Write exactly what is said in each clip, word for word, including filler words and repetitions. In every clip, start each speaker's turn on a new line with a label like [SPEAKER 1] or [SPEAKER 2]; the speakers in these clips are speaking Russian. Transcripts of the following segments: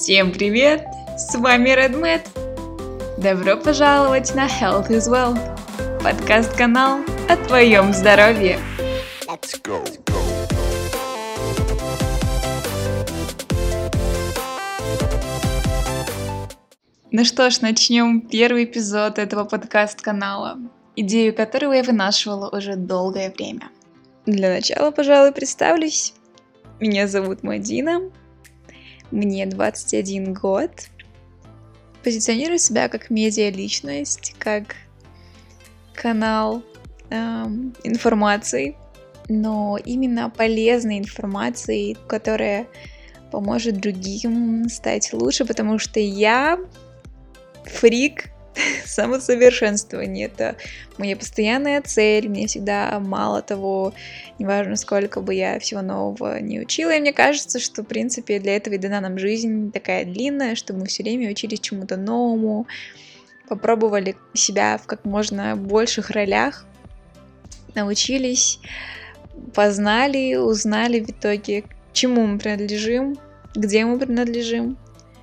[SPEAKER 1] Всем привет! С вами Redmed. Добро пожаловать на Health is Wealth, подкаст-канал о твоем здоровье. Let's go. Ну что ж, начнем первый эпизод этого подкаст-канала, идею которого я вынашивала уже долгое время. Для начала, пожалуй, представлюсь. Меня зовут Мадина, мне двадцать один год. Позиционирую себя как медиа-личность, как канал эм, информации, но именно полезной информации, которая поможет другим стать лучше, потому что я фрик самосовершенствования. Это моя постоянная цель. Мне всегда мало того, неважно, сколько бы я всего нового не учила. И мне кажется, что, в принципе, для этого и дана нам жизнь такая длинная, что мы все время учились чему-то новому, попробовали себя в как можно больших ролях, научились, познали, узнали в итоге, чему мы принадлежим, где мы принадлежим.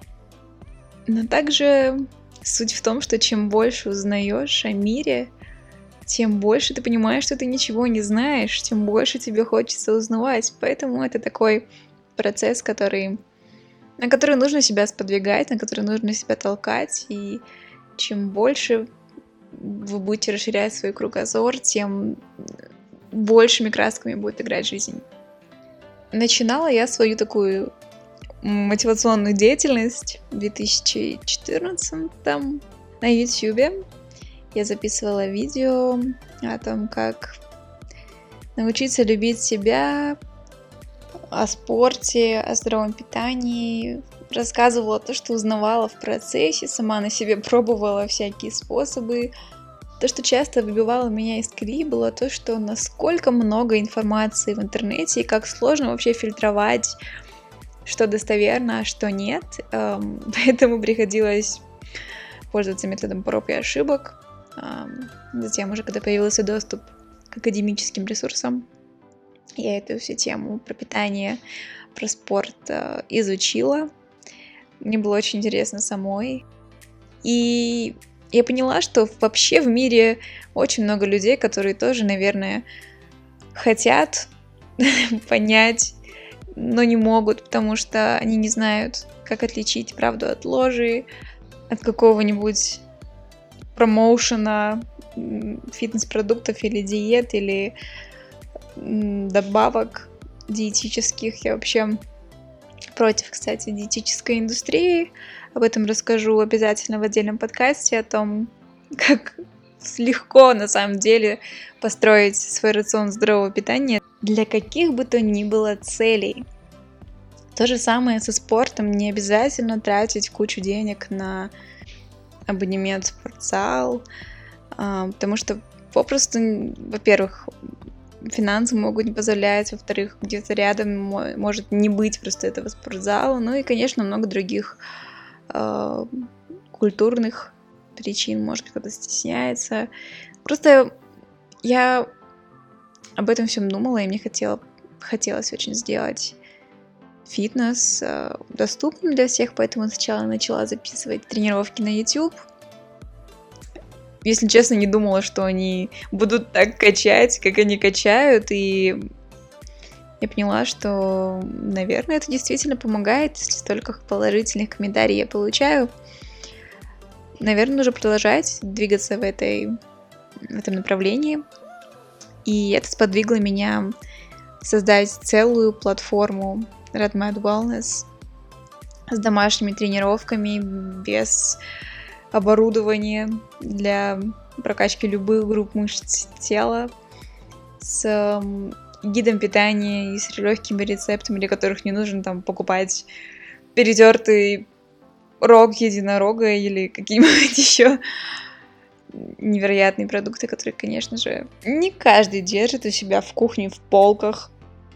[SPEAKER 1] Но также суть в том, что чем больше узнаешь о мире, тем больше ты понимаешь, что ты ничего не знаешь, тем больше тебе хочется узнавать. Поэтому это такой процесс, который, на который нужно себя сподвигать, на который нужно себя толкать. И чем больше вы будете расширять свой кругозор, тем большими красками будет играть жизнь. Начинала я свою такую мотивационную деятельность в две тысячи четырнадцатом на YouTube. Я записывала видео о том, как научиться любить себя, о спорте, о здоровом питании. Рассказывала то, что узнавала в процессе, сама на себе пробовала всякие способы. То, что часто выбивало меня из колеи, было то, что насколько много информации в интернете и как сложно вообще фильтровать, что достоверно, а что нет. Поэтому приходилось пользоваться методом проб и ошибок. Затем уже, когда появился доступ к академическим ресурсам, я эту всю тему про питание, про спорт изучила. Мне было очень интересно самой. И я поняла, что вообще в мире очень много людей, которые тоже, наверное, хотят понять, но не могут, потому что они не знают, как отличить правду от ложи, от какого-нибудь промоушена фитнес-продуктов или диет, или добавок диетических. Я вообще против, кстати, диетической индустрии. Об этом расскажу обязательно в отдельном подкасте, о том, как легко на самом деле построить свой рацион здорового питания для каких бы то ни было целей. То же самое со спортом. Не обязательно тратить кучу денег на абонемент в спортзал, потому что попросту, во-первых, финансы могут не позволять, во-вторых, где-то рядом может не быть просто этого спортзала, ну и, конечно, много других э, культурных причин, может быть, кто-то стесняется. Просто я об этом всем думала, и мне хотела, хотелось очень сделать фитнес э, доступным для всех, поэтому сначала начала записывать тренировки на YouTube. Если честно, не думала, что они будут так качать, как они качают, и я поняла, что, наверное, это действительно помогает, если столько положительных комментариев я получаю. Наверное, нужно продолжать двигаться в, этой, в этом направлении. И это сподвигло меня создать целую платформу Redmed Wellness с домашними тренировками, без оборудования для прокачки любых групп мышц тела, с гидом питания и с легкими рецептами, для которых не нужно там покупать перетертый рог единорога или какие-нибудь еще невероятные продукты, которые, конечно же, не каждый держит у себя в кухне, в полках.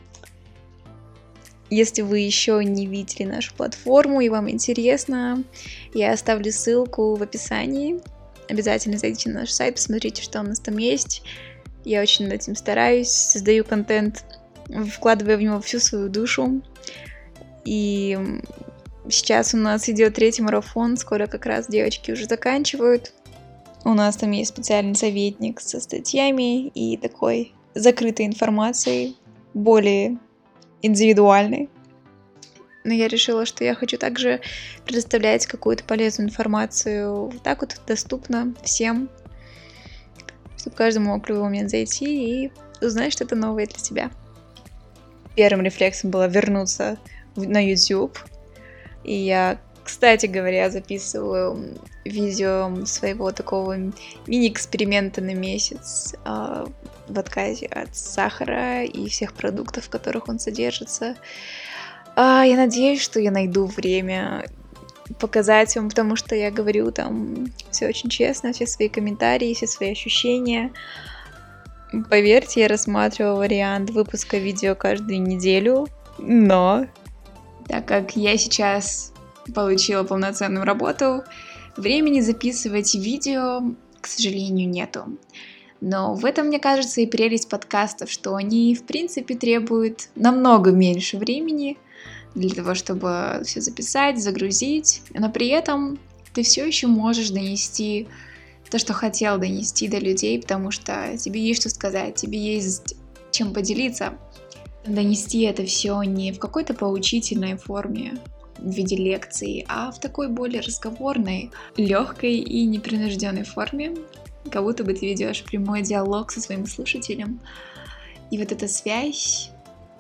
[SPEAKER 1] Если вы еще не видели нашу платформу и вам интересно, я оставлю ссылку в описании. Обязательно зайдите на наш сайт, посмотрите, что у нас там есть. Я очень над этим стараюсь, создаю контент, вкладывая в него всю свою душу. И Сейчас у нас идет третий марафон, скоро как раз девочки уже заканчивают. У нас там есть специальный советник со статьями и такой закрытой информацией, более индивидуальной. Но я решила, что я хочу также предоставлять какую-то полезную информацию вот так вот доступно всем, чтобы каждый мог в любой момент зайти и узнать что-то новое для себя. Первым рефлексом было вернуться на YouTube. И я, кстати говоря, записываю видео своего такого мини-эксперимента на месяц э, в отказе от сахара и всех продуктов, в которых он содержится. А, я надеюсь, что я найду время показать вам, потому что я говорю там все очень честно, все свои комментарии, все свои ощущения. Поверьте, я рассматривала вариант выпуска видео каждую неделю, но так как я сейчас получила полноценную работу, времени записывать видео, к сожалению, нету. Но в этом, мне кажется, и прелесть подкастов, что они, в принципе, требуют намного меньше времени для того, чтобы все записать, загрузить, но при этом ты все еще можешь донести то, что хотел донести до людей, потому что тебе есть что сказать, тебе есть чем поделиться. Донести это все не в какой-то поучительной форме, в виде лекций, а в такой более разговорной, легкой и непринужденной форме, как будто бы ты ведешь прямой диалог со своим слушателем. И вот эта связь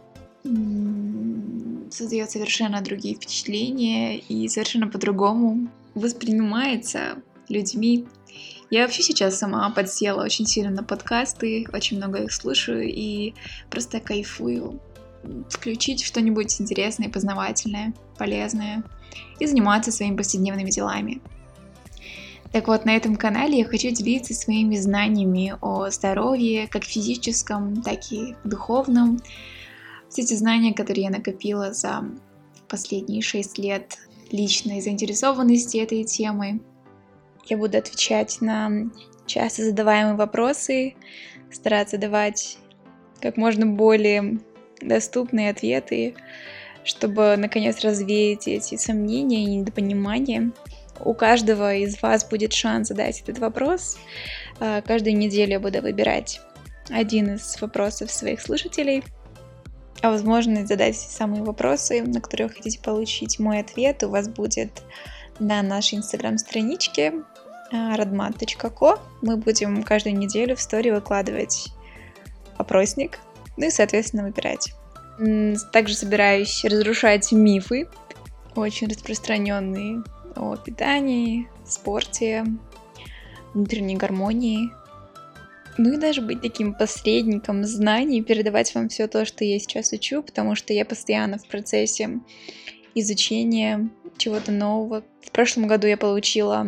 [SPEAKER 1] создает совершенно другие впечатления и совершенно по-другому воспринимается людьми. Я вообще сейчас сама подсела очень сильно на подкасты, очень много их слушаю и просто кайфую. Включить что-нибудь интересное, познавательное, полезное и заниматься своими повседневными делами. Так вот, на этом канале я хочу делиться своими знаниями о здоровье, как физическом, так и духовном. Все эти знания, которые я накопила за последние шесть лет личной заинтересованности этой темой. Я буду отвечать на часто задаваемые вопросы, стараться давать как можно более доступные ответы, чтобы наконец развеять эти сомнения и недопонимания. У каждого из вас будет шанс задать этот вопрос. Каждую неделю я буду выбирать один из вопросов своих слушателей, а возможность задать все самые вопросы, на которые вы хотите получить мой ответ, у вас будет на нашей инстаграм-страничке радмат точка ко. Мы будем каждую неделю в стори выкладывать опросник, ну и, соответственно, выбирать. Также собираюсь разрушать мифы, очень распространенные, о питании, спорте, внутренней гармонии. Ну и даже быть таким посредником знаний, передавать вам все то, что я сейчас учу, потому что я постоянно в процессе изучения чего-то нового. В прошлом году я получила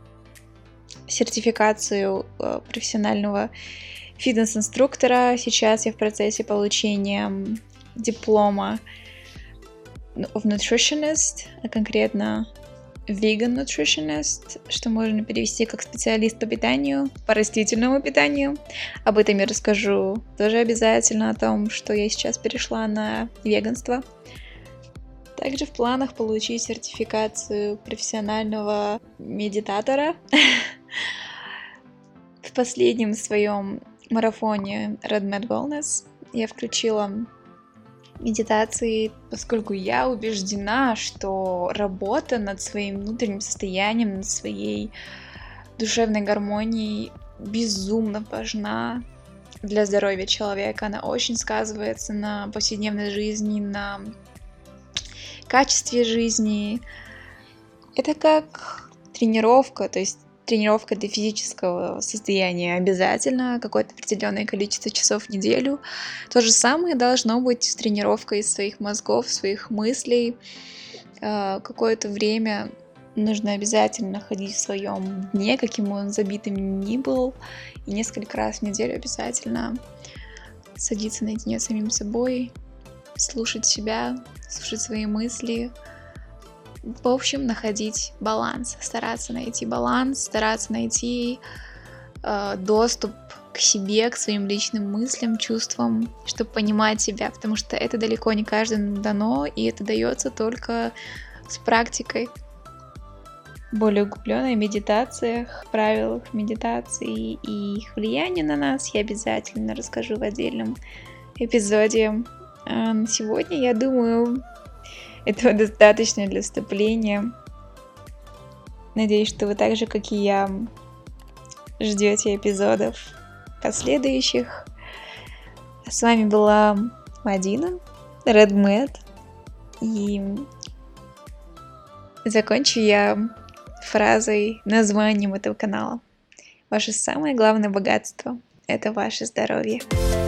[SPEAKER 1] сертификацию профессионального фитнес-инструктора. Сейчас я в процессе получения диплома of nutritionist, а конкретно vegan nutritionist, что можно перевести как специалист по питанию, по растительному питанию. Об этом я расскажу тоже обязательно, о том, что я сейчас перешла на веганство. Также в планах получить сертификацию профессионального медитатора. В последнем своем марафоне RedMed Wellness я включила медитации, поскольку я убеждена, что работа над своим внутренним состоянием, над своей душевной гармонией безумно важна для здоровья человека. Она очень сказывается на повседневной жизни, на качестве жизни. Это как тренировка, то есть тренировка для физического состояния обязательно, какое-то определенное количество часов в неделю. То же самое должно быть с тренировкой своих мозгов, своих мыслей. Какое-то время нужно обязательно ходить в своем дне, каким он забитым ни был, и несколько раз в неделю обязательно садиться наедине с самим собой, слушать себя, слушать свои мысли. В общем, находить баланс, стараться найти баланс, стараться найти э, доступ к себе, к своим личным мыслям, чувствам, чтобы понимать себя, потому что это далеко не каждому дано, и это дается только с практикой, более углубленной медитациях, правилах медитации и их влиянию на нас я обязательно расскажу в отдельном эпизоде. А на сегодня, я думаю, этого достаточно для вступления. Надеюсь, что вы так же, как и я, ждете эпизодов последующих. С вами была Мадина, Redmed, и закончу я фразой, названием этого канала. Ваше самое главное богатство – это ваше здоровье.